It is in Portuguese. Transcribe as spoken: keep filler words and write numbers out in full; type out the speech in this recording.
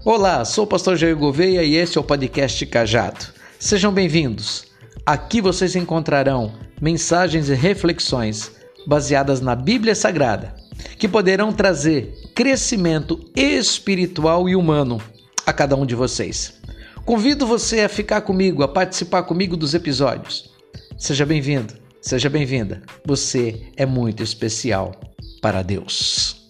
Olá, sou o pastor Jair Gouveia e esse é o podcast Cajado. Sejam bem-vindos. Aqui vocês encontrarão mensagens e reflexões baseadas na Bíblia Sagrada, que poderão trazer crescimento espiritual e humano a cada um de vocês. Convido você a ficar comigo, a participar comigo dos episódios. Seja bem-vindo, seja bem-vinda. Você é muito especial para Deus.